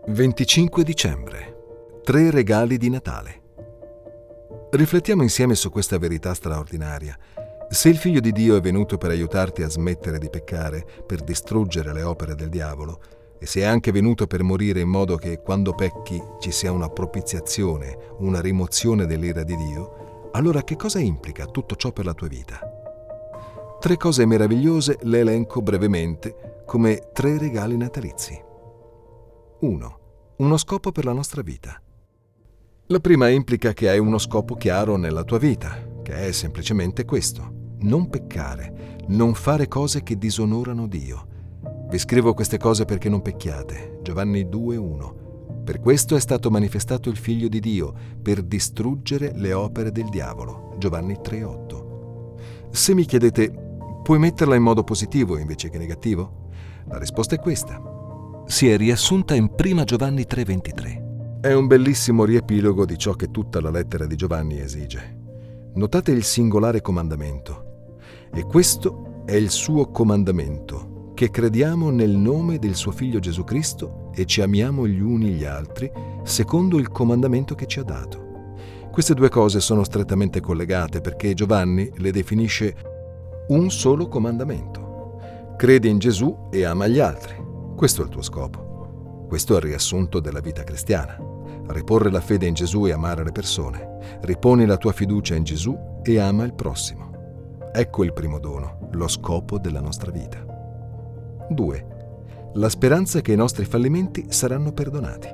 25 dicembre. 3 regali di Natale. Riflettiamo insieme su questa verità straordinaria. Se il Figlio di Dio è venuto per aiutarti a smettere di peccare, per distruggere le opere del diavolo, e se è anche venuto per morire in modo che quando pecchi ci sia una propiziazione, una rimozione dell'ira di Dio, allora che cosa implica tutto ciò per la tua vita? 3 cose meravigliose le elenco brevemente come 3 regali natalizi. 1. Uno scopo per la nostra vita. La prima implica che hai uno scopo chiaro nella tua vita, che è semplicemente questo: non peccare, non fare cose che disonorano Dio. Vi scrivo queste cose perché non pecchiate. Giovanni 2,1. Per questo è stato manifestato il Figlio di Dio, per distruggere le opere del diavolo. Giovanni 3,8. Se mi chiedete, puoi metterla in modo positivo invece che negativo? La risposta è questa. Si è riassunta in 1 Giovanni 3,23. È un bellissimo riepilogo di ciò che tutta la lettera di Giovanni esige. Notate il singolare comandamento. E questo è il suo comandamento, che crediamo nel nome del suo Figlio Gesù Cristo e ci amiamo gli uni gli altri, secondo il comandamento che ci ha dato. Queste 2 cose sono strettamente collegate perché Giovanni le definisce un solo comandamento. Credi in Gesù e ama gli altri. Questo è il tuo scopo. Questo è il riassunto della vita cristiana. Riporre la fede in Gesù e amare le persone. Riponi la tua fiducia in Gesù e ama il prossimo. Ecco il primo dono, lo scopo della nostra vita. 2. La speranza che i nostri fallimenti saranno perdonati.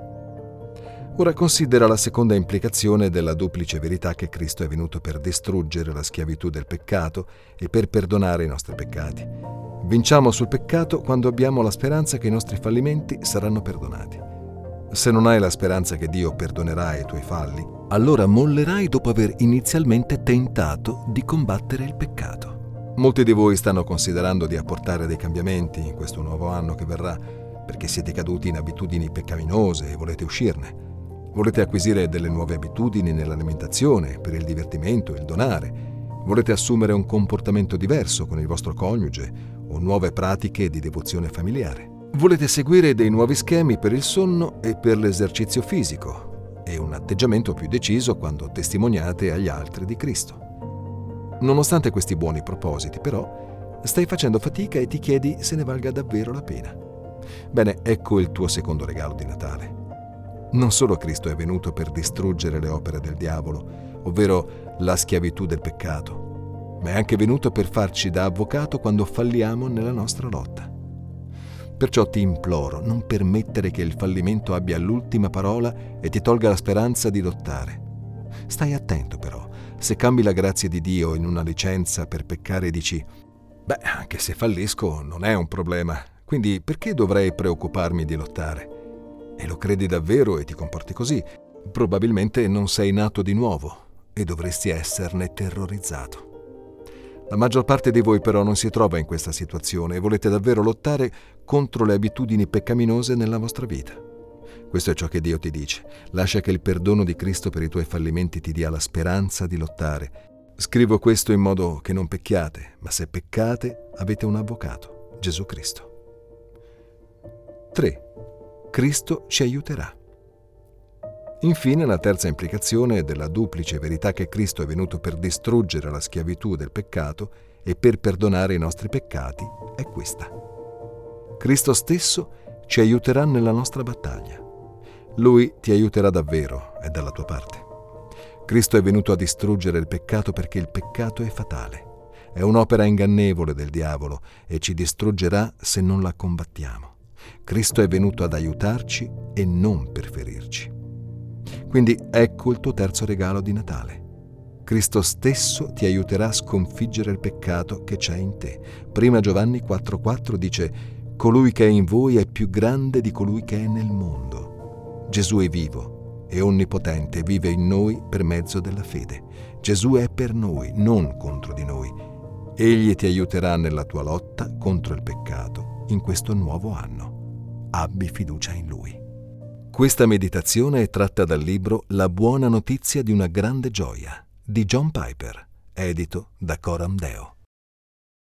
Ora considera la seconda implicazione della duplice verità che Cristo è venuto per distruggere la schiavitù del peccato e per perdonare i nostri peccati. Vinciamo sul peccato quando abbiamo la speranza che i nostri fallimenti saranno perdonati. Se non hai la speranza che Dio perdonerà i tuoi falli, allora mollerai dopo aver inizialmente tentato di combattere il peccato. Molti di voi stanno considerando di apportare dei cambiamenti in questo nuovo anno che verrà, perché siete caduti in abitudini peccaminose e volete uscirne. Volete acquisire delle nuove abitudini nell'alimentazione, per il divertimento, il donare. Volete assumere un comportamento diverso con il vostro coniuge o nuove pratiche di devozione familiare. Volete seguire dei nuovi schemi per il sonno e per l'esercizio fisico e un atteggiamento più deciso quando testimoniate agli altri di Cristo. Nonostante questi buoni propositi, però, stai facendo fatica e ti chiedi se ne valga davvero la pena. Bene, ecco il tuo secondo regalo di Natale. Non solo Cristo è venuto per distruggere le opere del diavolo, ovvero la schiavitù del peccato, ma è anche venuto per farci da avvocato quando falliamo nella nostra lotta. Perciò ti imploro, non permettere che il fallimento abbia l'ultima parola e ti tolga la speranza di lottare. Stai attento però, se cambi la grazia di Dio in una licenza per peccare e dici «Beh, anche se fallisco non è un problema, quindi perché dovrei preoccuparmi di lottare?» E lo credi davvero e ti comporti così, probabilmente non sei nato di nuovo e dovresti esserne terrorizzato. La maggior parte di voi però non si trova in questa situazione e volete davvero lottare contro le abitudini peccaminose nella vostra vita. Questo è ciò che Dio ti dice. Lascia che il perdono di Cristo per i tuoi fallimenti ti dia la speranza di lottare. Scrivo questo in modo che non pecchiate, ma se peccate avete un avvocato, Gesù Cristo. 3. Cristo ci aiuterà. Infine, la terza implicazione della duplice verità che Cristo è venuto per distruggere la schiavitù del peccato e per perdonare i nostri peccati è questa. Cristo stesso ci aiuterà nella nostra battaglia. Lui ti aiuterà davvero, è dalla tua parte. Cristo è venuto a distruggere il peccato perché il peccato è fatale. È un'opera ingannevole del diavolo e ci distruggerà se non la combattiamo. Cristo è venuto ad aiutarci e non per ferirci. Quindi ecco il tuo terzo regalo di Natale. Cristo stesso ti aiuterà a sconfiggere il peccato che c'è in te. 1 Giovanni 4,4 dice: colui che è in voi è più grande di colui che è nel mondo. Gesù è vivo, è onnipotente, vive in noi per mezzo della fede. Gesù è per noi, non contro di noi. Egli ti aiuterà nella tua lotta contro il peccato in questo nuovo anno. Abbi fiducia in Lui. Questa meditazione è tratta dal libro La buona notizia di una grande gioia di John Piper, edito da Coram Deo.